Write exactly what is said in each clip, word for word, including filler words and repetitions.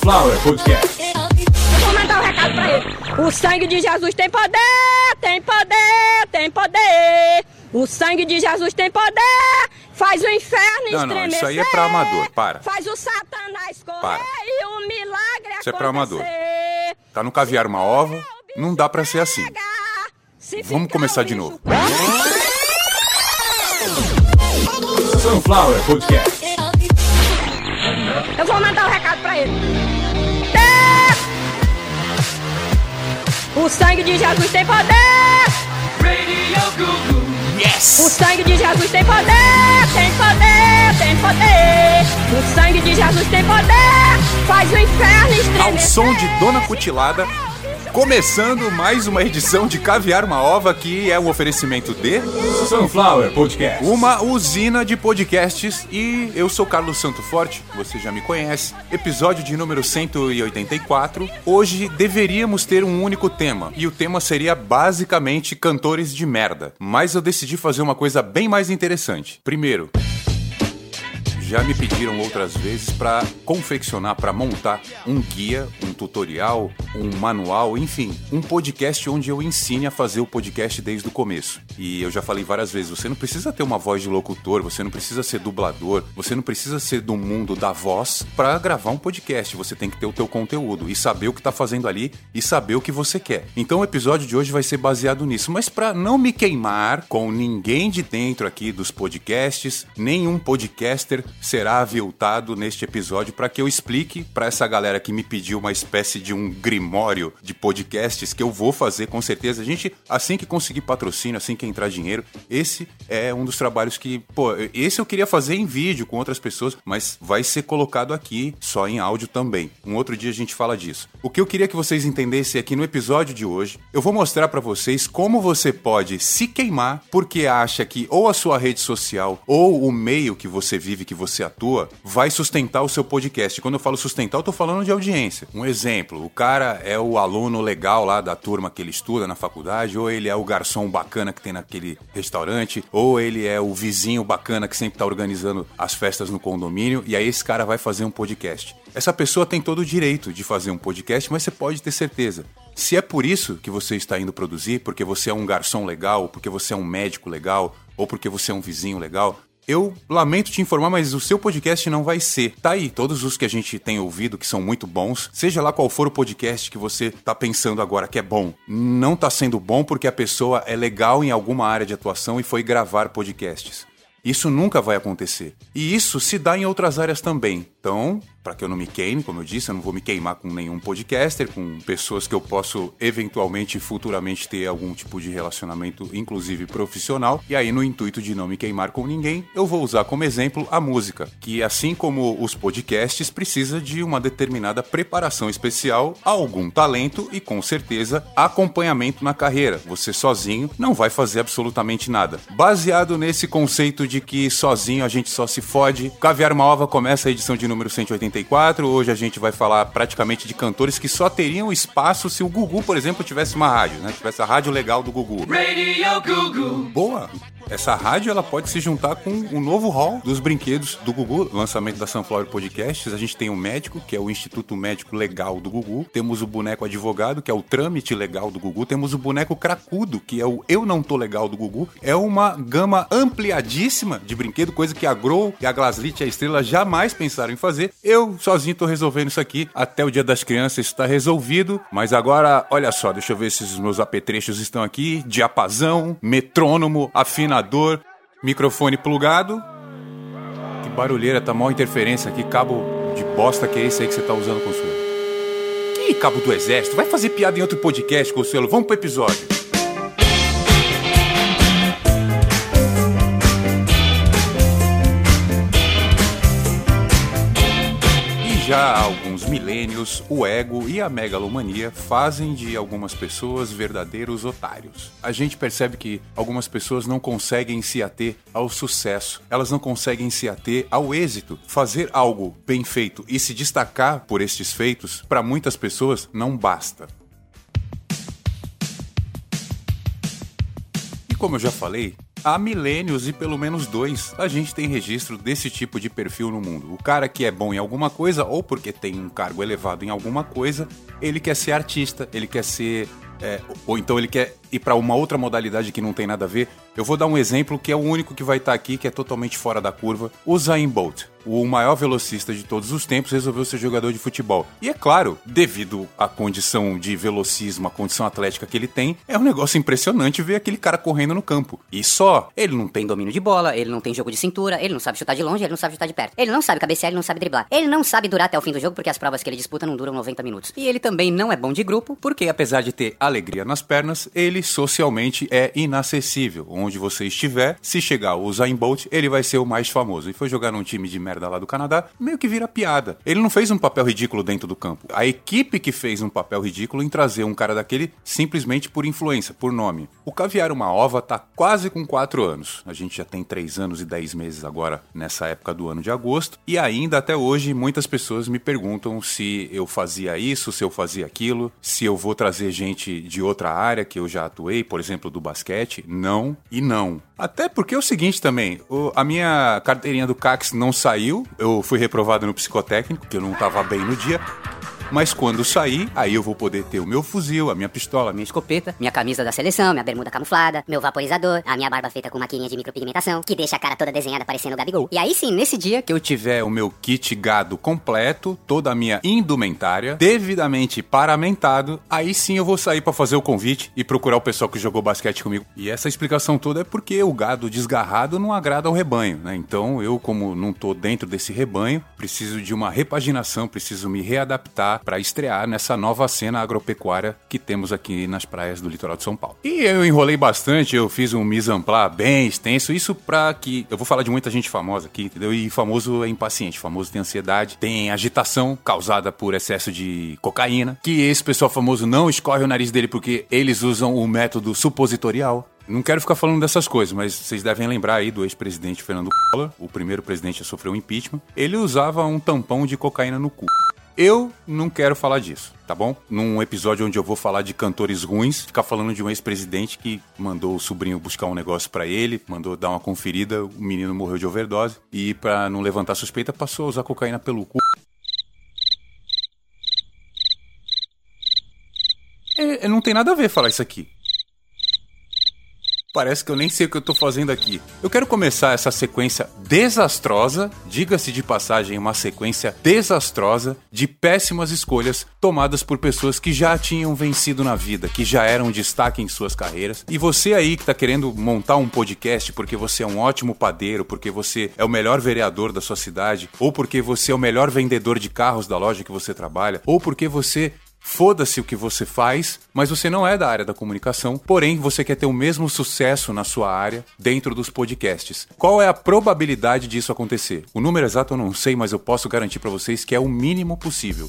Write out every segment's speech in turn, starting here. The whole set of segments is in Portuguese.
Sunflower Podcast. Eu vou mandar um recado pra ele. O sangue de Jesus tem poder, tem poder, tem poder. O sangue de Jesus tem poder, faz o inferno estremecer. Não, não, isso aí é pra amador, para. Faz o Satanás correr Para. e o milagre Isso é pra acontecer. amador. Tá no caviar uma ova, não dá pra ser assim. Se Vamos ficar começar o de bicho novo. Sunflower Podcast. Eu vou mandar um recado pra ele. O sangue de Jesus tem poder. Yes! O sangue de Jesus tem poder, tem poder, tem poder. O sangue de Jesus tem poder, faz o inferno estremecer. Ao som de Dona Cutilada, começando mais uma edição de Caviar uma Ova, que é um oferecimento de Sunflower Podcast. uma usina de podcasts. E eu sou Carlos Santo Forte, você já me conhece. Episódio de número cento e oitenta e quatro. Hoje deveríamos ter um único tema, e o tema seria basicamente cantores de merda. Mas eu decidi fazer uma coisa bem mais interessante. Primeiro, já me pediram outras vezes para confeccionar, para montar um guia, um tutorial, um manual, enfim, um podcast onde eu ensine a fazer o podcast desde o começo. E eu já falei várias vezes, você não precisa ter uma voz de locutor, você não precisa ser dublador, você não precisa ser do mundo da voz para gravar um podcast. Você tem que ter o teu conteúdo e saber o que tá fazendo ali e saber o que você quer. Então o episódio de hoje vai ser baseado nisso, mas para não me queimar com ninguém de dentro aqui dos podcasts, nenhum podcaster será aviltado neste episódio para que eu explique para essa galera que me pediu uma espécie de um grimório de podcasts que eu vou fazer com certeza. A gente, assim que conseguir patrocínio, assim que entrar dinheiro, esse é um dos trabalhos que, pô, esse eu queria fazer em vídeo com outras pessoas, mas vai ser colocado aqui só em áudio também. Um outro dia a gente fala disso. O que eu queria que vocês entendessem aqui no episódio de hoje, eu vou mostrar para vocês como você pode se queimar porque acha que ou a sua rede social ou o meio que você vive, que você atua, vai sustentar o seu podcast. Quando eu falo sustentar, eu tô falando de audiência. Um exemplo, o cara é o aluno legal lá da turma que ele estuda na faculdade, ou ele é o garçom bacana que tem naquele restaurante, ou ele é o vizinho bacana que sempre tá organizando as festas no condomínio, e aí esse cara vai fazer um podcast. Essa pessoa tem todo o direito de fazer um podcast, mas você pode ter certeza. Se é por isso que você está indo produzir, porque você é um garçom legal, porque você é um médico legal, ou porque você é um vizinho legal, eu lamento te informar, mas o seu podcast não vai ser. Tá aí, todos os que a gente tem ouvido, que são muito bons, seja lá qual for o podcast que você tá pensando agora que é bom, não tá sendo bom porque a pessoa é legal em alguma área de atuação e foi gravar podcasts. Isso nunca vai acontecer. E isso se dá em outras áreas também. Então, para que eu não me queime, como eu disse, eu não vou me queimar com nenhum podcaster, com pessoas que eu posso eventualmente, futuramente ter algum tipo de relacionamento, inclusive profissional. E aí, no intuito de não me queimar com ninguém, eu vou usar como exemplo a música, que assim como os podcasts, precisa de uma determinada preparação especial, algum talento e, com certeza, acompanhamento na carreira. Você sozinho não vai fazer absolutamente nada. Baseado nesse conceito de que sozinho a gente só se fode, Caviar uma Ova começa a edição de número cento e oitenta e quatro. Hoje a gente vai falar praticamente de cantores que só teriam espaço se o Gugu, por exemplo, tivesse uma rádio, né? Tivesse a rádio legal do Gugu. Radio Gugu. Boa! Essa rádio ela pode se juntar com o novo hall dos brinquedos do Gugu, lançamento da Sunflower Podcasts. A gente tem o médico, que é o Instituto Médico Legal do Gugu. Temos o boneco advogado, que é o trâmite legal do Gugu. Temos o boneco cracudo, que é o Eu Não Tô Legal do Gugu. É uma gama ampliadíssima de brinquedo, coisa que a Grow e a Glaslit e a Estrela jamais pensaram em fazer. Eu sozinho tô resolvendo isso aqui. Até o Dia das Crianças está resolvido. Mas agora, olha só, deixa eu ver se os meus apetrechos estão aqui. Diapasão, metrônomo, afinador, microfone plugado. Que barulheira, tá maior interferência aqui. Cabo de bosta que é esse aí que você tá usando, Consuelo? Que cabo do exército? Vai fazer piada em outro podcast, Consuelo. Vamos pro episódio. Já há alguns milênios, o ego e a megalomania fazem de algumas pessoas verdadeiros otários. A gente percebe que algumas pessoas não conseguem se ater ao sucesso, elas não conseguem se ater ao êxito. Fazer algo bem feito e se destacar por estes feitos, para muitas pessoas, não basta. E como eu já falei, há milênios e pelo menos dois, a gente tem registro desse tipo de perfil no mundo. O cara que é bom em alguma coisa, ou porque tem um cargo elevado em alguma coisa, ele quer ser artista, ele quer ser... É, ou então ele quer ir para uma outra modalidade que não tem nada a ver. Eu vou dar um exemplo que é o único que vai estar aqui, que é totalmente fora da curva. O Usain Bolt, o maior velocista de todos os tempos, resolveu ser jogador de futebol. E é claro, devido à condição de velocismo, à condição atlética que ele tem, é um negócio impressionante ver aquele cara correndo no campo. E só, ele não tem Tem domínio de bola, ele não tem jogo de cintura, ele não sabe chutar de longe, ele não sabe chutar de perto. Ele não sabe cabecear, ele não sabe driblar. Ele não sabe durar até o fim do jogo porque as provas que ele disputa não duram noventa minutos. E ele também não é bom de grupo, porque apesar de ter alegria nas pernas, ele socialmente é inacessível. Onde você estiver, se chegar o Usain Bolt, ele vai ser o mais famoso. E foi jogar num time de merda lá do Canadá, meio que vira piada. Ele não fez um papel ridículo dentro do campo. A equipe que fez um papel ridículo em trazer um cara daquele simplesmente por influência, por nome. O Caviar Uma Ova tá quase com quatro anos. A gente já tem três anos e dez meses agora, nessa época do ano de agosto. E ainda até hoje, muitas pessoas me perguntam se eu fazia isso, se eu fazia aquilo, se eu vou trazer gente de outra área que eu já atuei, por exemplo, do basquete. Não e não. Até porque é o seguinte também, o, a minha carteirinha do C A C não saiu, eu fui reprovado no psicotécnico, que eu não tava bem no dia. Mas quando sair, aí eu vou poder ter o meu fuzil, a minha pistola, a minha escopeta, minha camisa da seleção, minha bermuda camuflada, meu vaporizador, a minha barba feita com maquininha de micropigmentação, que deixa a cara toda desenhada parecendo o Gabigol. E aí sim, nesse dia que eu tiver o meu kit gado completo, toda a minha indumentária, devidamente paramentado, aí sim eu vou sair pra fazer o convite e procurar o pessoal que jogou basquete comigo. E essa explicação toda é porque o gado desgarrado não agrada ao rebanho, né? Então eu, como não tô dentro desse rebanho, preciso de uma repaginação, preciso me readaptar para estrear nessa nova cena agropecuária que temos aqui nas praias do litoral de São Paulo. E eu enrolei bastante, eu fiz um mise en place bem extenso, isso pra que... Eu vou falar de muita gente famosa aqui, entendeu? E famoso é impaciente, famoso tem ansiedade, tem agitação causada por excesso de cocaína, que esse pessoal famoso não escorre o nariz dele porque eles usam o método supositorial. Não quero ficar falando dessas coisas, mas vocês devem lembrar aí do ex-presidente Fernando Collor, o primeiro presidente a sofrer um impeachment. Ele usava um tampão de cocaína no cu. Eu não quero falar disso, tá bom? Num episódio onde eu vou falar de cantores ruins, ficar falando de um ex-presidente que mandou o sobrinho buscar um negócio pra ele, mandou dar uma conferida, o menino morreu de overdose e pra não levantar suspeita passou a usar cocaína pelo cu. É, não tem nada a ver falar isso aqui. Parece que eu nem sei o que eu tô fazendo aqui. Eu quero começar essa sequência desastrosa, diga-se de passagem, uma sequência desastrosa de péssimas escolhas tomadas por pessoas que já tinham vencido na vida, que já eram destaque em suas carreiras. E você aí que tá querendo montar um podcast porque você é um ótimo padeiro, porque você é o melhor vereador da sua cidade, ou porque você é o melhor vendedor de carros da loja que você trabalha, ou porque você... Foda-se o que você faz, mas você não é da área da comunicação, porém você quer ter o mesmo sucesso na sua área dentro dos podcasts. Qual é a probabilidade disso acontecer? O número exato eu não sei, mas eu posso garantir para vocês que é o mínimo possível.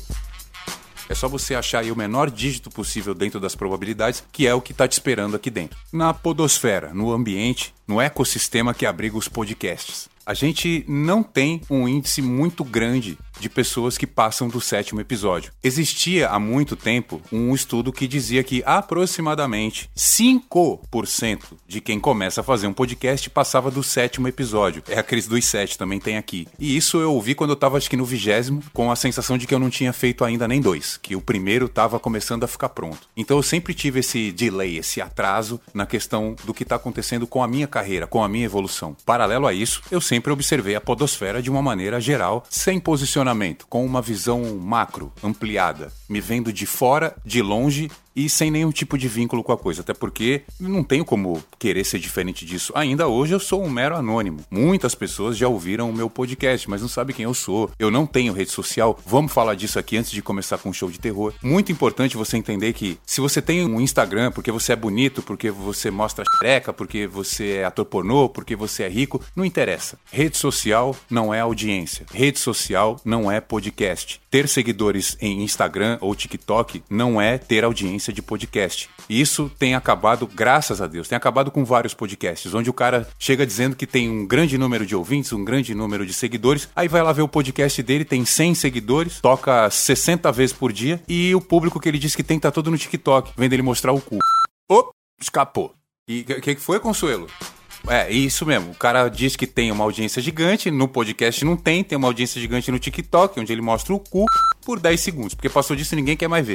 É só você achar aí o menor dígito possível dentro das probabilidades, que é o que está te esperando aqui dentro. Na podosfera, no ambiente, no ecossistema que abriga os podcasts. A gente não tem um índice muito grande de pessoas que passam do sétimo episódio. Existia há muito tempo um estudo que dizia que aproximadamente cinco por cento de quem começa a fazer um podcast passava do sétimo episódio. É a crise dos sete, também tem aqui. E isso eu ouvi quando eu tava acho que no vigésimo, com a sensação de que eu não tinha feito ainda nem dois, que o primeiro tava começando a ficar pronto. Então eu sempre tive esse delay, esse atraso na questão do que tá acontecendo com a minha carreira, com a minha evolução. Paralelo a isso, eu sempre observei a podosfera de uma maneira geral, sem posicionamento, com uma visão macro, ampliada, me vendo de fora, de longe e sem nenhum tipo de vínculo com a coisa, até porque não tenho como querer ser diferente disso. Ainda hoje eu sou um mero anônimo. Muitas pessoas já ouviram o meu podcast, mas não sabem quem eu sou. Eu não tenho rede social. Vamos falar disso aqui antes de começar com um show de terror. Muito importante você entender que se você tem um Instagram porque você é bonito, porque você mostra xereca, porque você é ator pornô, porque você é rico, não interessa. Rede social não é audiência. Rede social não é podcast. Ter seguidores em Instagram ou TikTok não é ter audiência de podcast. Isso tem acabado, graças a Deus, tem acabado com vários podcasts, onde o cara chega dizendo que tem um grande número de ouvintes, um grande número de seguidores, aí vai lá ver o podcast dele, tem cem seguidores, toca sessenta vezes por dia, e o público que ele diz que tem tá todo no TikTok, vendo ele mostrar o cu. Op, escapou. E o que, que foi, Consuelo? É, isso mesmo. O cara diz que tem uma audiência gigante, no podcast não tem, tem uma audiência gigante no TikTok, onde ele mostra o cu por dez segundos, porque passou disso e ninguém quer mais ver.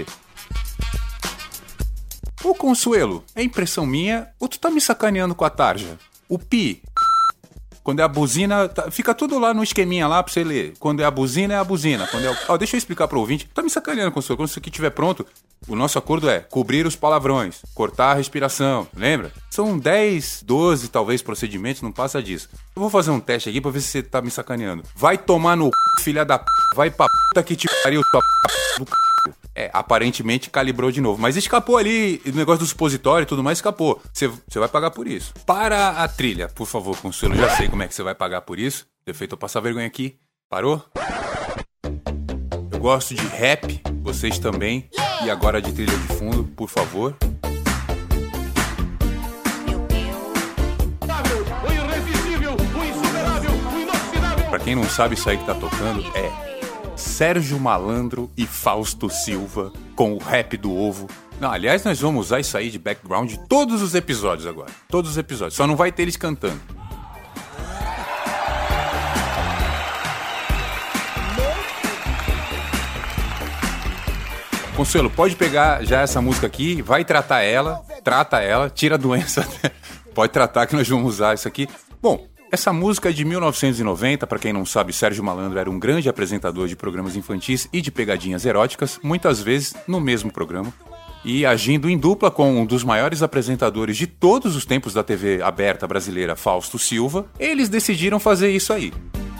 Ô Consuelo, é impressão minha ou tu tá me sacaneando com a tarja? O pi, quando é a buzina, tá, fica tudo lá no esqueminha lá pra você ler. Quando é a buzina, é a buzina. Quando é o... Ó, deixa eu explicar pro ouvinte. Tá me sacaneando, Consuelo. Quando isso aqui estiver pronto, o nosso acordo é cobrir os palavrões, cortar a respiração, lembra? São dez, doze, talvez, procedimentos, não passa disso. Eu vou fazer um teste aqui pra ver se você tá me sacaneando. Vai tomar no c... filha da p... Vai pra puta que te pariu, tua p... do c... É, aparentemente calibrou de novo. Mas escapou ali, o negócio do supositório e tudo mais escapou. Você vai pagar por isso. Para a trilha, por favor, Consuelo. Já sei como é que você vai pagar por isso. Defeito eu passar vergonha aqui. Parou? Eu gosto de rap, vocês também. E agora de trilha de fundo, por favor. Pra quem não sabe, isso aí que tá tocando é Sérgio Malandro e Fausto Silva com o rap do ovo. Não, aliás, nós vamos usar isso aí de background de todos os episódios agora. Todos os episódios. Só não vai ter eles cantando. Consuelo, pode pegar já essa música aqui, vai tratar ela, trata ela, tira a doença. Pode tratar que nós vamos usar isso aqui. Bom, essa música é de mil novecentos e noventa, para quem não sabe, Sérgio Malandro era um grande apresentador de programas infantis e de pegadinhas eróticas, muitas vezes no mesmo programa, e agindo em dupla com um dos maiores apresentadores de todos os tempos da T V aberta brasileira, Fausto Silva, eles decidiram fazer isso aí.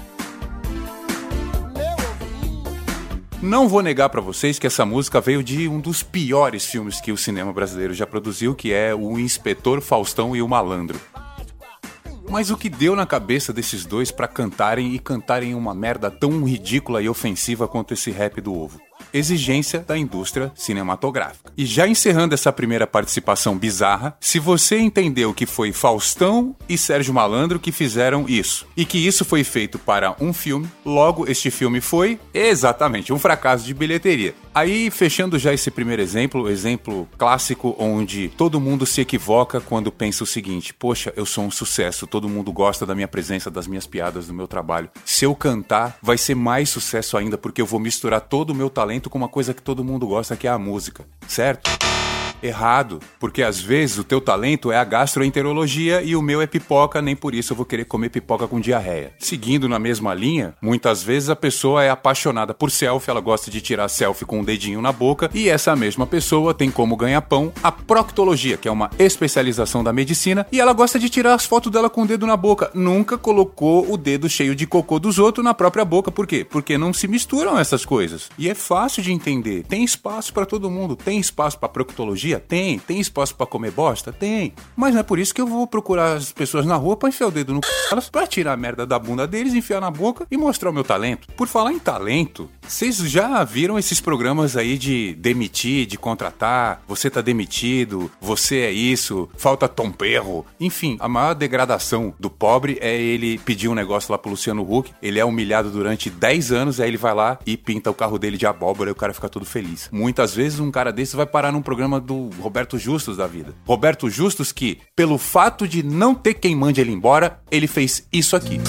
Não vou negar pra vocês que essa música veio de um dos piores filmes que o cinema brasileiro já produziu, que é o Inspetor Faustão e o Malandro. Mas o que deu na cabeça desses dois pra cantarem e cantarem uma merda tão ridícula e ofensiva quanto esse rap do ovo? Exigência da indústria cinematográfica. E já encerrando essa primeira participação bizarra, se você entendeu que foi Faustão e Sérgio Malandro que fizeram isso, e que isso foi feito para um filme, logo este filme foi, exatamente, um fracasso de bilheteria. Aí, fechando já esse primeiro exemplo, exemplo clássico onde todo mundo se equivoca quando pensa o seguinte: poxa, eu sou um sucesso, todo mundo gosta da minha presença, das minhas piadas, do meu trabalho. Se eu cantar, vai ser mais sucesso ainda, porque eu vou misturar todo o meu talento com uma coisa que todo mundo gosta, que é a música, certo? Errado, porque às vezes o teu talento é a gastroenterologia e o meu é pipoca, nem por isso eu vou querer comer pipoca com diarreia. Seguindo na mesma linha, muitas vezes a pessoa é apaixonada por selfie, ela gosta de tirar selfie com um dedinho na boca, e essa mesma pessoa tem como ganha-pão a proctologia, que é uma especialização da medicina, e ela gosta de tirar as fotos dela com o dedo na boca. Nunca colocou o dedo cheio de cocô dos outros na própria boca. Por quê? Porque não se misturam essas coisas. E é fácil de entender. Tem espaço pra todo mundo. Tem espaço pra proctologia? Tem. Tem espaço pra comer bosta? Tem. Mas não é por isso que eu vou procurar as pessoas na rua pra enfiar o dedo no c... elas pra tirar a merda da bunda deles, enfiar na boca e mostrar o meu talento. Por falar em talento, vocês já viram esses programas aí de demitir, de contratar, você tá demitido, você é isso, falta tom perro. Enfim, a maior degradação do pobre é ele pedir um negócio lá pro Luciano Huck, ele é humilhado durante dez anos, aí ele vai lá e pinta o carro dele de abóbora e o cara fica todo feliz. Muitas vezes um cara desse vai parar num programa do Roberto Justus da vida. Roberto Justus que, pelo fato de não ter quem mande ele embora, ele fez isso aqui.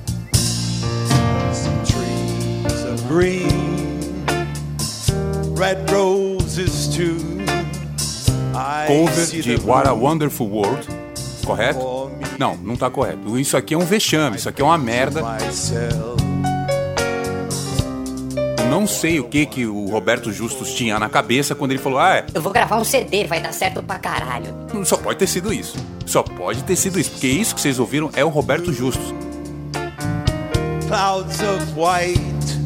Cover de What a Wonderful World. Correto? Não, não tá correto. Isso aqui é um vexame, isso aqui é uma merda. Não sei o que que o Roberto Justus tinha na cabeça quando ele falou: ah, eu vou gravar um C D, vai dar certo pra caralho. Só pode ter sido isso. Só pode ter sido isso, porque isso que vocês ouviram é o Roberto Justus. Clouds of white,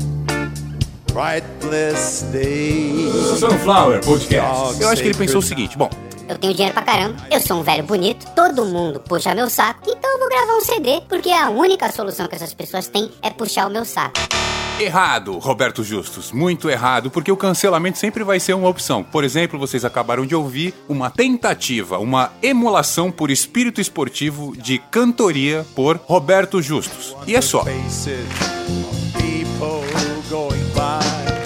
brightless days. Sunflower Podcast. Eu acho que ele pensou o seguinte: bom, eu tenho dinheiro pra caramba, eu sou um velho bonito, todo mundo puxa meu saco, então eu vou gravar um C D, porque a única solução que essas pessoas têm é puxar o meu saco. Errado, Roberto Justus, muito errado, porque o cancelamento sempre vai ser uma opção. Por exemplo, vocês acabaram de ouvir uma tentativa, uma emulação por espírito esportivo de cantoria por Roberto Justus. E é só.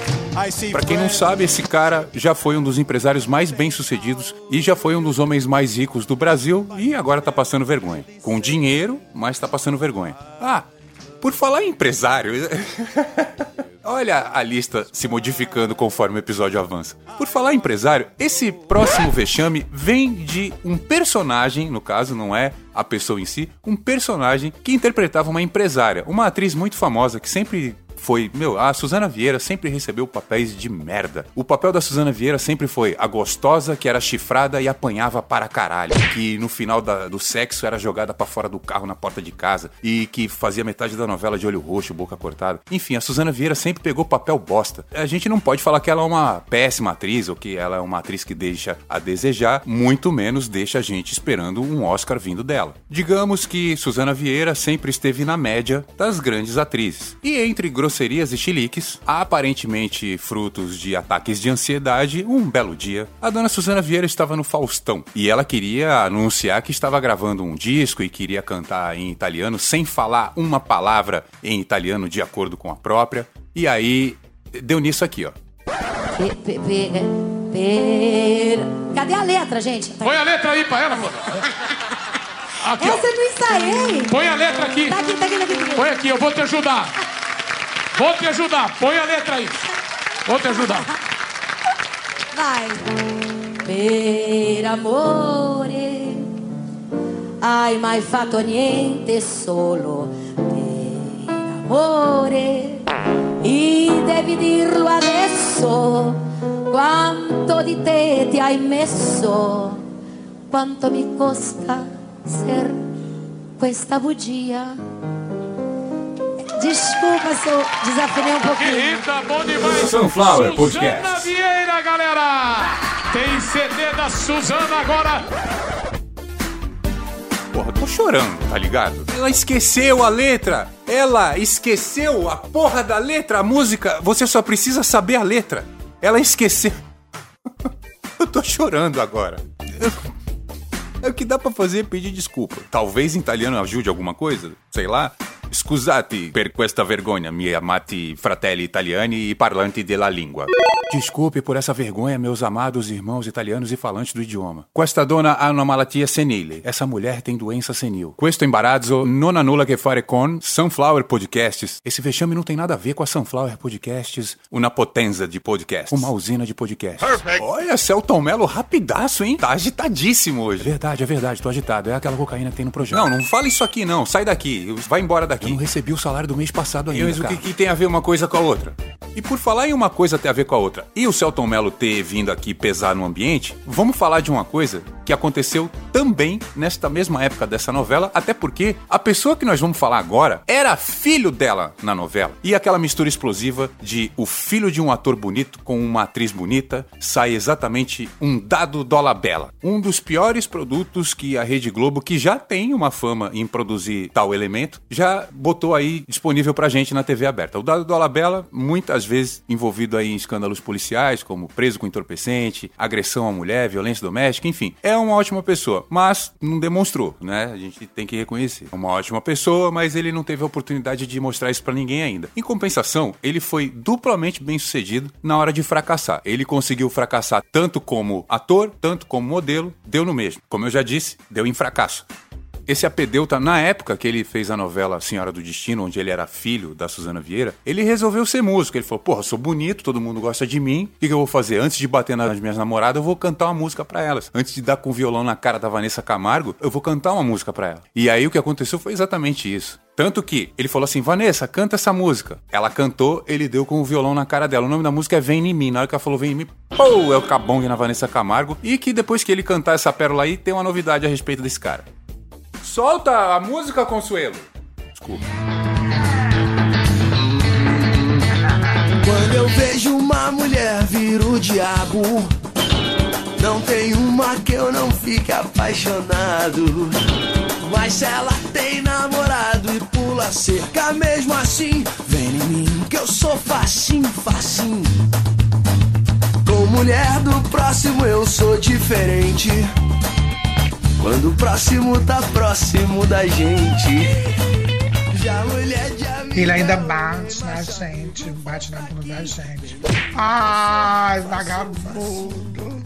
Pra quem não sabe, esse cara já foi um dos empresários mais bem-sucedidos e já foi um dos homens mais ricos do Brasil e agora tá passando vergonha. Com dinheiro, mas tá passando vergonha. Ah, por falar em empresário... Olha a lista se modificando conforme o episódio avança. Por falar em empresário, esse próximo vexame vem de um personagem, no caso não é a pessoa em si, um personagem que interpretava uma empresária, uma atriz muito famosa que sempre... Foi, meu, a Suzana Vieira sempre recebeu papéis de merda. O papel da Suzana Vieira sempre foi a gostosa que era chifrada e apanhava para caralho. Que no final da, do sexo era jogada pra fora do carro na porta de casa. E que fazia metade da novela de olho roxo, boca cortada. Enfim, a Suzana Vieira sempre pegou papel bosta. A gente não pode falar que ela é uma péssima atriz ou que ela é uma atriz que deixa a desejar, muito menos deixa a gente esperando um Oscar vindo dela. Digamos que Suzana Vieira sempre esteve na média das grandes atrizes. E entre grosserias e chiliques, aparentemente frutos de ataques de ansiedade, um belo dia, a dona Suzana Vieira estava no Faustão e ela queria anunciar que estava gravando um disco e queria cantar em italiano sem falar uma palavra em italiano de acordo com a própria. E aí, deu nisso aqui, ó. Pe, pe, pe, per... Cadê a letra, gente? Põe a letra aí pra ela, pô. Aqui, essa eu não ensaiei. Põe a letra aqui. Tá aqui, tá aqui, tá aqui, tá aqui. Põe aqui, eu vou te ajudar. Vou te ajudar. Põe a letra aí. Vou te ajudar. Vai. Per amore hai mai fatto niente solo per amore e devi dirlo adesso quanto di te ti hai messo, quanto mi costa ser questa bugia. Desculpa se eu desafinei um pouquinho. Querida, bom demais. Sunflower Suzana Podcast. Vieira, galera. Tem C D da Suzana agora. Porra, tô chorando, tá ligado? Ela esqueceu a letra. Ela esqueceu a porra da letra. A música, você só precisa saber a letra. Ela esqueceu. Eu tô chorando agora. É o que dá pra fazer é pedir desculpa. Talvez em italiano ajude alguma coisa, sei lá. Scusate per questa vergogna, miei amati fratelli italiani e parlanti della lingua. Desculpe por essa vergonha, meus amados irmãos italianos e falantes do idioma. Questa donna ha una malattia senile. Essa mulher tem doença senil. Questo imbarazzo non ha nulla a che fare con Sunflower Podcasts. Esse vexame não tem nada a ver com a Sunflower Podcasts. Uma potenza de podcasts. Uma usina de podcasts. Perfect. Olha, Celton Mello rapidaço, hein? Tá agitadíssimo hoje. É verdade, é verdade, tô agitado. É aquela cocaína que tem no projeto. Não, não fala isso aqui não. Sai daqui. Vai embora daqui. Eu não recebi o salário do mês passado ainda, mas o que, que tem a ver uma coisa com a outra? E por falar em uma coisa ter a ver com a outra, e o Celton Mello ter vindo aqui pesar no ambiente, vamos falar de uma coisa que aconteceu também nesta mesma época dessa novela, até porque a pessoa que nós vamos falar agora era filho dela na novela. E aquela mistura explosiva de o filho de um ator bonito com uma atriz bonita sai exatamente um dado Dolabella. Um dos piores produtos que a Rede Globo, que já tem uma fama em produzir tal elemento, já botou aí disponível pra gente na T V aberta. O dado Dolabella, muitas vezes envolvido aí em escândalos policiais, como preso com entorpecente, agressão à mulher, violência doméstica, enfim. É uma ótima pessoa, mas não demonstrou, né? A gente tem que reconhecer. É uma ótima pessoa, mas ele não teve a oportunidade de mostrar isso pra ninguém ainda. Em compensação, ele foi duplamente bem sucedido na hora de fracassar. Ele conseguiu fracassar tanto como ator, tanto como modelo, deu no mesmo. Como eu já disse, deu em fracasso. Esse apedeuta, na época que ele fez a novela Senhora do Destino, onde ele era filho da Suzana Vieira, ele resolveu ser músico. Ele falou, porra, eu sou bonito, todo mundo gosta de mim, o que, que eu vou fazer? Antes de bater nas minhas namoradas, eu vou cantar uma música pra elas. Antes de dar com o violão na cara da Vanessa Camargo, eu vou cantar uma música pra ela. E aí o que aconteceu foi exatamente isso. Tanto que ele falou assim, Vanessa, canta essa música. Ela cantou, ele deu com o violão na cara dela. O nome da música é Vem em Mim. Na hora que ela falou Vem em Mim, pô, é o cabongue na Vanessa Camargo. E que depois que ele cantar essa pérola aí, tem uma novidade a respeito desse cara. Solta a música, Consuelo. Desculpa. Quando eu vejo uma mulher, viro o diabo. Não tem uma que eu não fique apaixonado. Mas se ela tem namorado e pula cerca mesmo assim, vem em mim que eu sou facinho, facinho. Com mulher do próximo eu sou diferente. Quando o próximo tá próximo da gente, já mulher de amigo. Que ele ainda bate na gente, bate na bunda da gente. Ai, vagabundo.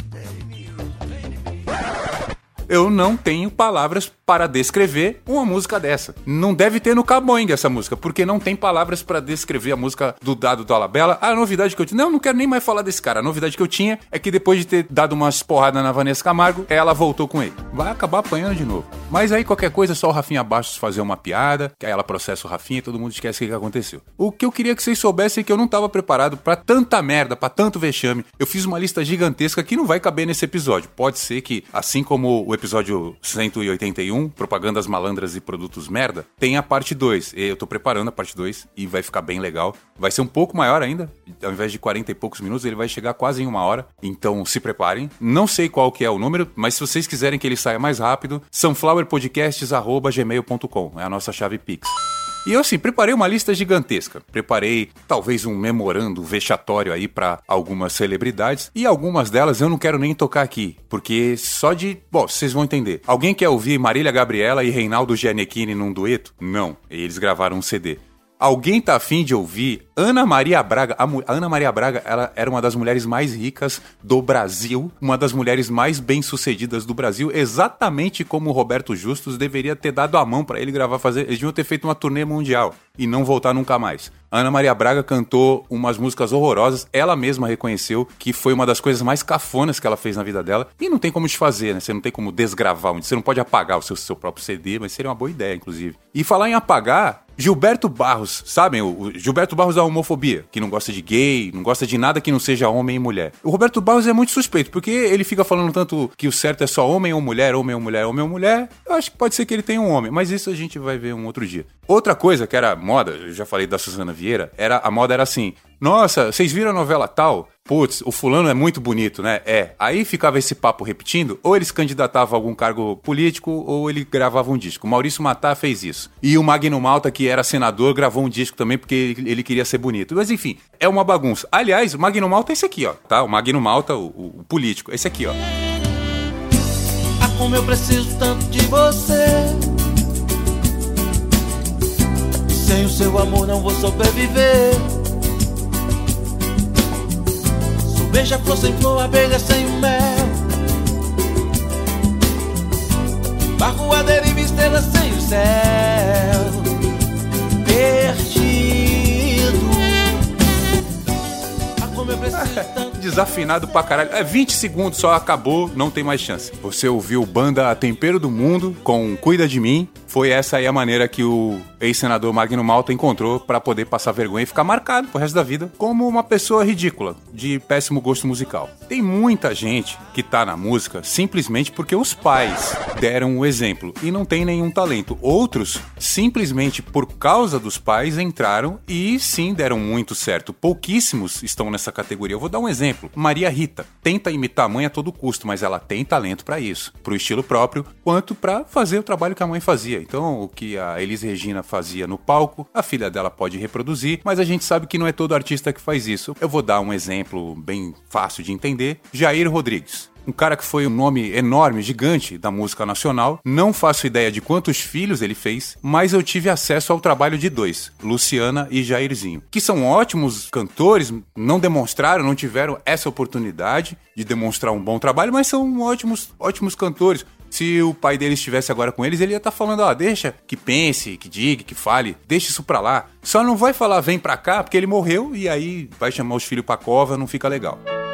Eu não tenho palavras para descrever uma música dessa. Não deve ter no Caboing essa música, porque não tem palavras para descrever a música do Dado Dolabella. A novidade que eu tinha... Não, não quero nem mais falar desse cara. A novidade que eu tinha é que depois de ter dado umas porradas na Vanessa Camargo, ela voltou com ele. Vai acabar apanhando de novo. Mas aí qualquer coisa, só o Rafinha Bastos fazer uma piada, que aí ela processa o Rafinha e todo mundo esquece o que aconteceu. O que eu queria que vocês soubessem é que eu não tava preparado pra tanta merda, pra tanto vexame. Eu fiz uma lista gigantesca que não vai caber nesse episódio. Pode ser que, assim como o episódio cento e oitenta e um, Propagandas Malandras e Produtos Merda, tem a parte dois. Eu tô preparando a parte dois e vai ficar bem legal. Vai ser um pouco maior ainda. Ao invés de quarenta e poucos minutos, ele vai chegar quase em uma hora. Então se preparem. Não sei qual que é o número, mas se vocês quiserem que ele saia mais rápido, sunflower podcasts arroba gmail ponto com é a nossa chave Pix. E eu, assim, preparei uma lista gigantesca. Preparei, talvez, um memorando vexatório aí pra algumas celebridades. E algumas delas eu não quero nem tocar aqui. Porque só de... Bom, vocês vão entender. Alguém quer ouvir Marília Gabriela e Reinaldo Gianecchini num dueto? Não. Eles gravaram um C D. Alguém tá afim de ouvir Ana Maria Braga? A, a Ana Maria Braga, ela era uma das mulheres mais ricas do Brasil, uma das mulheres mais bem-sucedidas do Brasil, exatamente como o Roberto Justus deveria ter dado a mão pra ele gravar, fazer. Eles deviam ter feito uma turnê mundial e não voltar nunca mais. A Ana Maria Braga cantou umas músicas horrorosas, ela mesma reconheceu que foi uma das coisas mais cafonas que ela fez na vida dela, e não tem como desfazer, né? Você não tem como desgravar, você não pode apagar o seu, seu próprio C D, mas seria uma boa ideia, inclusive. E falar em apagar... Gilberto Barros, sabem? O Gilberto Barros da homofobia, que não gosta de gay, não gosta de nada que não seja homem e mulher. O Roberto Barros é muito suspeito, porque ele fica falando tanto que o certo é só homem ou mulher, homem ou mulher, homem ou mulher. Eu acho que pode ser que ele tenha um homem, mas isso a gente vai ver um outro dia. Outra coisa que era moda, eu já falei da Suzana Vieira, era, a moda era assim... Nossa, vocês viram a novela tal? Putz, o fulano é muito bonito, né? É. Aí ficava esse papo repetindo, ou ele se candidatava a algum cargo político, ou ele gravava um disco. O Maurício Matar fez isso. E o Magno Malta, que era senador, gravou um disco também porque ele queria ser bonito. Mas enfim, é uma bagunça. Aliás, o Magno Malta é esse aqui, ó. Tá? O Magno Malta, o, o, o político. Esse aqui, ó. Ah, como eu preciso tanto de você. Sem o seu amor não vou sobreviver. Beija-flor sem flor, abelha sem mel. Barco a deriva, estrela sem o céu. Perdido. Ah, como eu preciso tanto. Desafinado pra caralho. É vinte segundos só, acabou, não tem mais chance. Você ouviu banda Tempero do Mundo com Cuida de Mim. Foi essa aí a maneira que o ex-senador Magno Malta encontrou pra poder passar vergonha e ficar marcado pro resto da vida como uma pessoa ridícula, de péssimo gosto musical. Tem muita gente que tá na música simplesmente porque os pais deram o exemplo e não tem nenhum talento. Outros, simplesmente por causa dos pais, entraram e sim deram muito certo. Pouquíssimos estão nessa categoria. Eu vou dar um exemplo. Maria Rita tenta imitar a mãe a todo custo, mas ela tem talento pra isso, pro estilo próprio, quanto pra fazer o trabalho que a mãe fazia. Então, o que a Elis Regina fazia no palco, a filha dela pode reproduzir, mas a gente sabe que não é todo artista que faz isso. Eu vou dar um exemplo bem fácil de entender. Jair Rodrigues. Um cara que foi um nome enorme, gigante da música nacional. Não faço ideia de quantos filhos ele fez, mas eu tive acesso ao trabalho de dois, Luciana e Jairzinho, que são ótimos cantores, não demonstraram, não tiveram essa oportunidade de demonstrar um bom trabalho, mas são ótimos, ótimos cantores. Se o pai deles estivesse agora com eles, ele ia estar falando, ó, deixa que pense, que diga, que fale, deixa isso pra lá. Só não vai falar vem pra cá, porque ele morreu e aí vai chamar os filhos pra cova, não fica legal.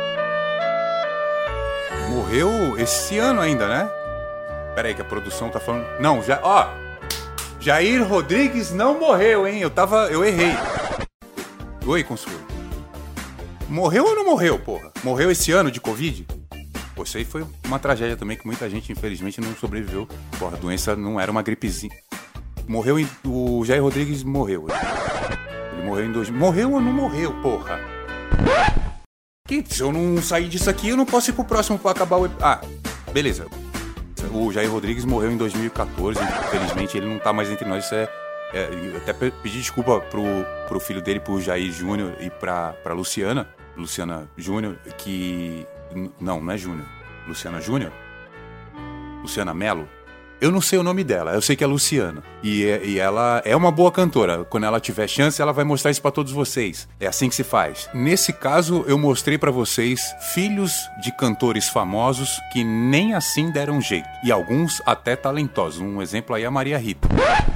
Morreu esse ano ainda, né? Pera aí que a produção tá falando... Não, já... Ó! Jair Rodrigues não morreu, hein? Eu tava... Eu errei. Oi, Consuelo. Morreu ou não morreu, porra? Morreu esse ano de Covid? Pô, isso aí foi uma tragédia também, que muita gente, infelizmente, não sobreviveu. Porra, a doença não era uma gripezinha. Morreu em... O Jair Rodrigues morreu. Ele morreu em dois... Morreu ou não morreu, porra? Que se eu não sair disso aqui, eu não posso ir pro próximo pra acabar o... Ah, beleza. O Jair Rodrigues morreu em dois mil e catorze. Infelizmente, ele não tá mais entre nós. Isso é... é eu até pedi desculpa pro, pro filho dele, pro Jair Júnior, e pra, pra Luciana. Luciana Júnior, que... Não, não é Júnior. Luciana Júnior? Luciana Mello? Eu não sei o nome dela, eu sei que é Luciana. E, e ela é uma boa cantora. Quando ela tiver chance, ela vai mostrar isso pra todos vocês. É assim que se faz. Nesse caso, eu mostrei pra vocês filhos de cantores famosos que nem assim deram jeito. E alguns até talentosos. Um exemplo aí é a Maria Rita.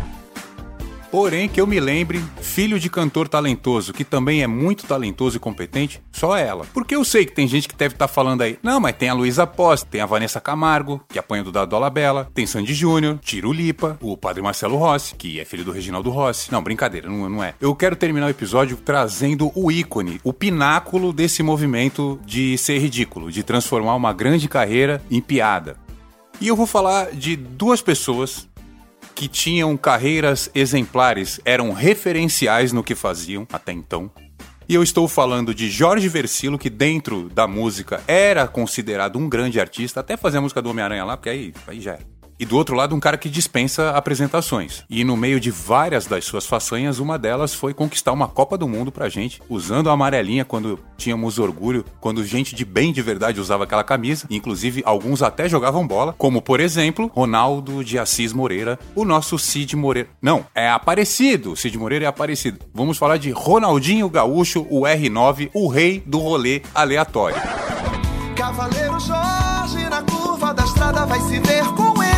Porém, que eu me lembre, filho de cantor talentoso, que também é muito talentoso e competente, só ela. Porque eu sei que tem gente que deve estar tá falando aí, não, mas tem a Luísa Posse, tem a Vanessa Camargo, que apanha do Dado Dolabella, tem Sandy Júnior, Tiro Lipa, o padre Marcelo Rossi, que é filho do Reginaldo Rossi. Não, brincadeira, não, não é. Eu quero terminar o episódio trazendo o ícone, o pináculo desse movimento de ser ridículo, de transformar uma grande carreira em piada. E eu vou falar de duas pessoas que tinham carreiras exemplares, eram referenciais no que faziam até então. E eu estou falando de Jorge Versilo, que dentro da música era considerado um grande artista, até fazer a música do Homem-Aranha lá, porque aí, aí já era. E do outro lado, um cara que dispensa apresentações. E no meio de várias das suas façanhas, uma delas foi conquistar uma Copa do Mundo pra gente, usando a amarelinha quando tínhamos orgulho, quando gente de bem de verdade usava aquela camisa. Inclusive, alguns até jogavam bola, como, por exemplo, Ronaldo de Assis Moreira, o nosso Cid Moreira. Não, é Aparecido. Cid Moreira é Aparecido. Vamos falar de Ronaldinho Gaúcho, o R nove, o rei do rolê aleatório. Cavaleiro Jorge na curva da estrada vai se ver com ele.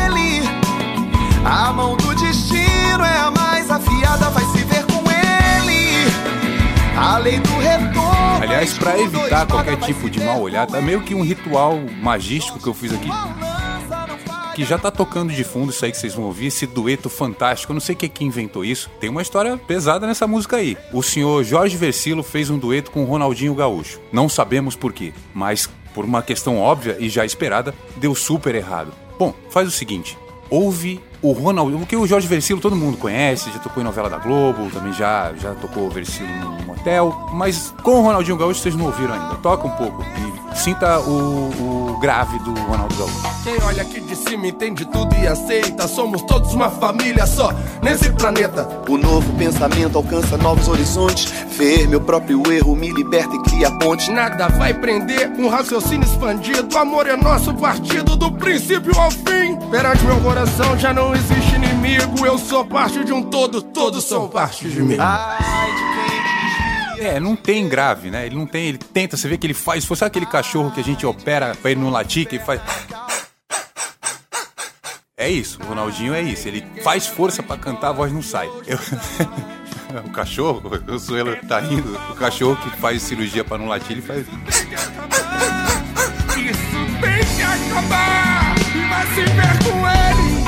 A mão do destino é a mais afiada, vai se ver com ele. A lei do retorno. Aliás, pra evitar qualquer tipo de mal olhar, tá meio que um ritual magístico que eu fiz aqui, que já tá tocando de fundo, isso aí que vocês vão ouvir, esse dueto fantástico. Eu não sei quem que inventou isso. Tem uma história pesada nessa música aí. O senhor Jorge Versilo fez um dueto com o Ronaldinho Gaúcho. Não sabemos por quê, mas por uma questão óbvia e já esperada, deu super errado. Bom, faz o seguinte, ouve o Ronaldinho, porque o Jorge Versilo todo mundo conhece, já tocou em novela da Globo, também já, já tocou o Versilo num motel, mas com o Ronaldinho Gaúcho vocês não ouviram ainda. Toca um pouco e sinta o, o grave do Ronaldo Gaúcho. Quem olha aqui de cima entende tudo e aceita, somos todos uma família só nesse planeta. O novo pensamento alcança novos horizontes, ver meu próprio erro me liberta e cria pontes. Nada vai prender um raciocínio expandido, o amor é nosso partido do princípio ao fim. Perante meu coração já não existe inimigo, eu sou parte de um todo, todos são parte de mim. É, não tem grave, né? Ele não tem, ele tenta, você vê que ele faz, sabe aquele cachorro que a gente opera pra ele não latir, que ele faz... É isso, o Ronaldinho é isso, ele faz força pra cantar, a voz não sai. Eu... O cachorro, o Suelo tá rindo, o cachorro que faz cirurgia pra não latir, ele faz... Isso tem que acabar, e vai se ver com ele.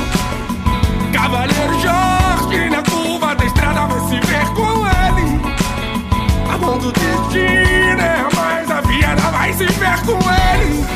Cavaleiro Jorge na curva da estrada vai se ver com ele. A mão do destino é a mais afiada, vai se ver com ele.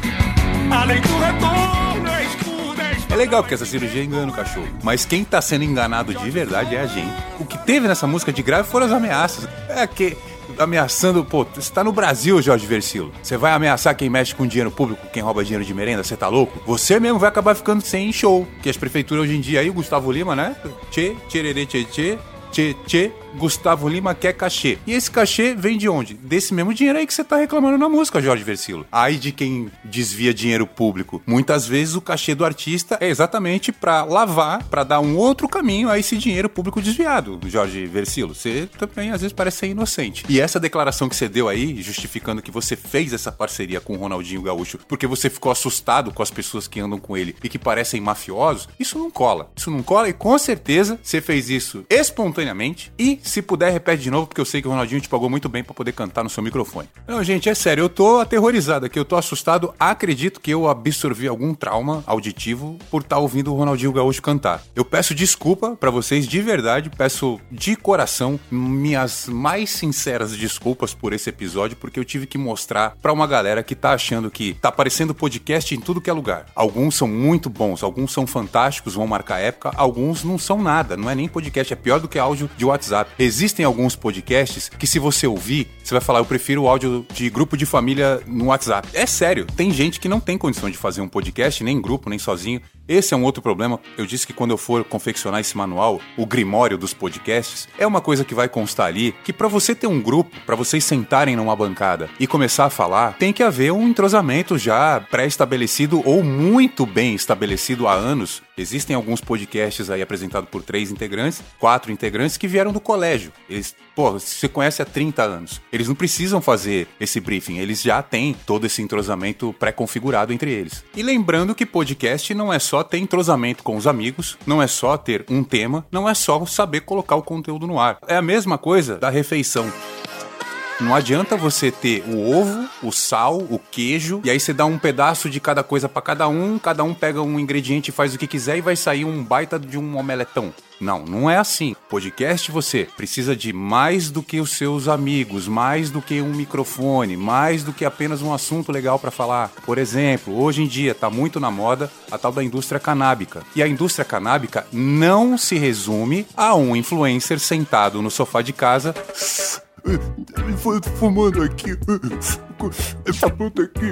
Além do retorno é escuro, é escuro. É legal porque essa cirurgia engana o cachorro, mas quem tá sendo enganado de verdade é a gente. O que teve nessa música de grave foram as ameaças. É que... ameaçando, pô, você tá no Brasil, Jorge Versilo. Você vai ameaçar quem mexe com dinheiro público, quem rouba dinheiro de merenda, você tá louco? Você mesmo vai acabar ficando sem show. Que as prefeituras hoje em dia aí, o Gustavo Lima, né? Tchê, tchererê, tchê, tchê, tchê, tchê. Gustavo Lima quer cachê. E esse cachê vem de onde? Desse mesmo dinheiro aí que você tá reclamando na música, Jorge Versilo. Aí de quem desvia dinheiro público. Muitas vezes o cachê do artista é exatamente pra lavar, pra dar um outro caminho a esse dinheiro público desviado, Jorge Versilo. Você também às vezes parece ser inocente. E essa declaração que você deu aí, justificando que você fez essa parceria com o Ronaldinho Gaúcho porque você ficou assustado com as pessoas que andam com ele e que parecem mafiosos, isso não cola. Isso não cola e com certeza você fez isso espontaneamente e se puder, repete de novo, porque eu sei que o Ronaldinho te pagou muito bem pra poder cantar no seu microfone. Não, gente, é sério, eu tô aterrorizado aqui, eu tô assustado. Acredito que eu absorvi algum trauma auditivo por estar ouvindo o Ronaldinho Gaúcho cantar. Eu peço desculpa pra vocês, de verdade, peço de coração minhas mais sinceras desculpas por esse episódio, porque eu tive que mostrar pra uma galera que tá achando que tá aparecendo podcast em tudo que é lugar. Alguns são muito bons, alguns são fantásticos, vão marcar época, alguns não são nada, não é nem podcast, é pior do que áudio de WhatsApp. Existem alguns podcasts que se você ouvir, você vai falar, eu prefiro o áudio de grupo de família no WhatsApp. É sério, tem gente que não tem condição de fazer um podcast, nem em grupo, nem sozinho. Esse é um outro problema. Eu disse que quando eu for confeccionar esse manual, o grimório dos podcasts, é uma coisa que vai constar ali, que pra você ter um grupo, pra vocês sentarem numa bancada e começar a falar, tem que haver um entrosamento já pré-estabelecido ou muito bem estabelecido há anos Existem alguns podcasts aí apresentados por três integrantes, quatro integrantes que vieram do colégio. Eles, pô, você conhece há trinta anos. Eles não precisam fazer esse briefing, eles já têm todo esse entrosamento pré-configurado entre eles. E lembrando que podcast não é só ter entrosamento com os amigos, não é só ter um tema, não é só saber colocar o conteúdo no ar. É a mesma coisa da refeição. Não adianta você ter o ovo, o sal, o queijo, e aí você dá um pedaço de cada coisa pra cada um, cada um pega um ingrediente e faz o que quiser e vai sair um baita de um omeletão. Não, não é assim. Podcast você precisa de mais do que os seus amigos, mais do que um microfone, mais do que apenas um assunto legal pra falar. Por exemplo, hoje em dia tá muito na moda a tal da indústria canábica. E a indústria canábica não se resume a um influencer sentado no sofá de casa fumando aqui, essa puta aqui.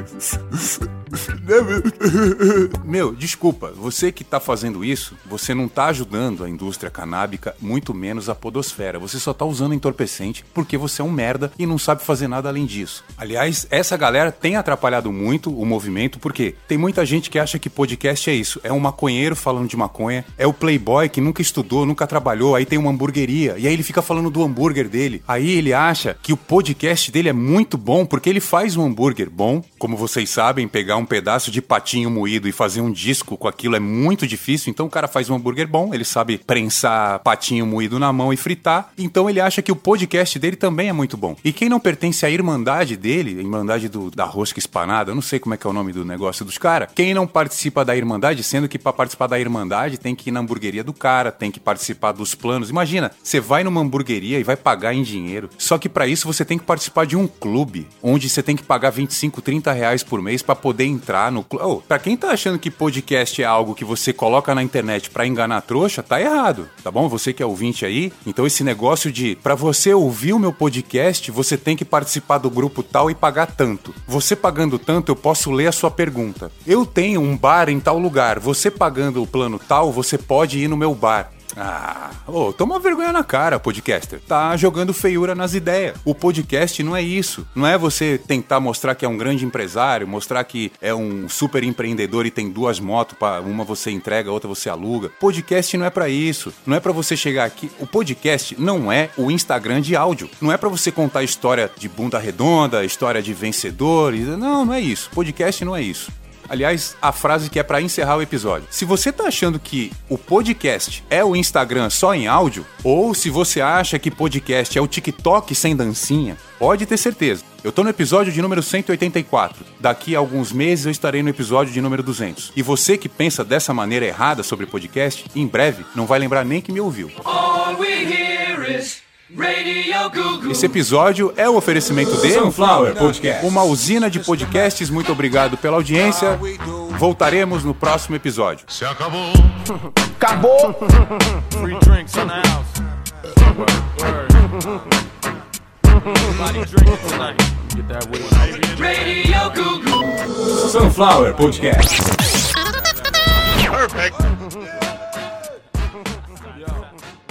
Meu, desculpa, você que tá fazendo isso, você não tá ajudando a indústria canábica, muito menos a podosfera. Você só tá usando entorpecente porque você é um merda e não sabe fazer nada além disso. Aliás, essa galera tem atrapalhado muito o movimento, porque tem muita gente que acha que podcast é isso, é um maconheiro falando de maconha, é o playboy que nunca estudou, nunca trabalhou, aí tem uma hamburgueria, e aí ele fica falando do hambúrguer dele. Aí ele acha que o podcast dele é muito bom porque ele faz um hambúrguer bom. Como vocês sabem, pegar um pedaço de patinho moído e fazer um disco com aquilo é muito difícil, então o cara faz um hambúrguer bom, ele sabe prensar patinho moído na mão e fritar, então ele acha que o podcast dele também é muito bom. E quem não pertence à irmandade dele, a irmandade do, da rosca espanada, eu não sei como é que é o nome do negócio dos caras, quem não participa da irmandade, sendo que pra participar da irmandade tem que ir na hamburgueria do cara, tem que participar dos planos. Imagina, você vai numa hamburgueria e vai pagar em dinheiro, só que pra isso você tem que participar de um clube, onde você tem que pagar vinte e cinco, trinta reais por mês pra poder entrar no clube. Oh, pra quem tá achando que podcast é algo que você coloca na internet pra enganar trouxa, tá errado, tá bom? Você que é ouvinte aí, então esse negócio de pra você ouvir o meu podcast, você tem que participar do grupo tal e pagar tanto. Você pagando tanto, eu posso ler a sua pergunta. Eu tenho um bar em tal lugar, você pagando o plano tal, você pode ir no meu bar. Ah, ô, toma vergonha na cara, podcaster. Tá jogando feiura nas ideias. O podcast não é isso. Não é você tentar mostrar que é um grande empresário, mostrar que é um super empreendedor e tem duas motos, pra uma você entrega, a outra você aluga. Podcast não é pra isso. Não é pra você chegar aqui. O podcast não é o Instagram de áudio. Não é pra você contar história de bunda redonda, história de vencedores. Não, não é isso. Podcast não é isso. Aliás, a frase que é pra encerrar o episódio. Se você tá achando que o podcast é o Instagram só em áudio, ou se você acha que podcast é o TikTok sem dancinha, pode ter certeza. Eu tô no episódio de número cento e oitenta e quatro. Daqui a alguns meses eu estarei no episódio de número duzentos. E você que pensa dessa maneira errada sobre podcast, em breve não vai lembrar nem que me ouviu. All we hear is Radio Gugu. Esse episódio é o oferecimento dele, Sunflower Podcast, uma usina de podcasts. Muito obrigado pela audiência. Voltaremos no próximo episódio. Se acabou. Acabou! Free drinks in the house. Everybody drinking tonight. Get that way. Radio Gugu. Sunflower Podcast. Perfect.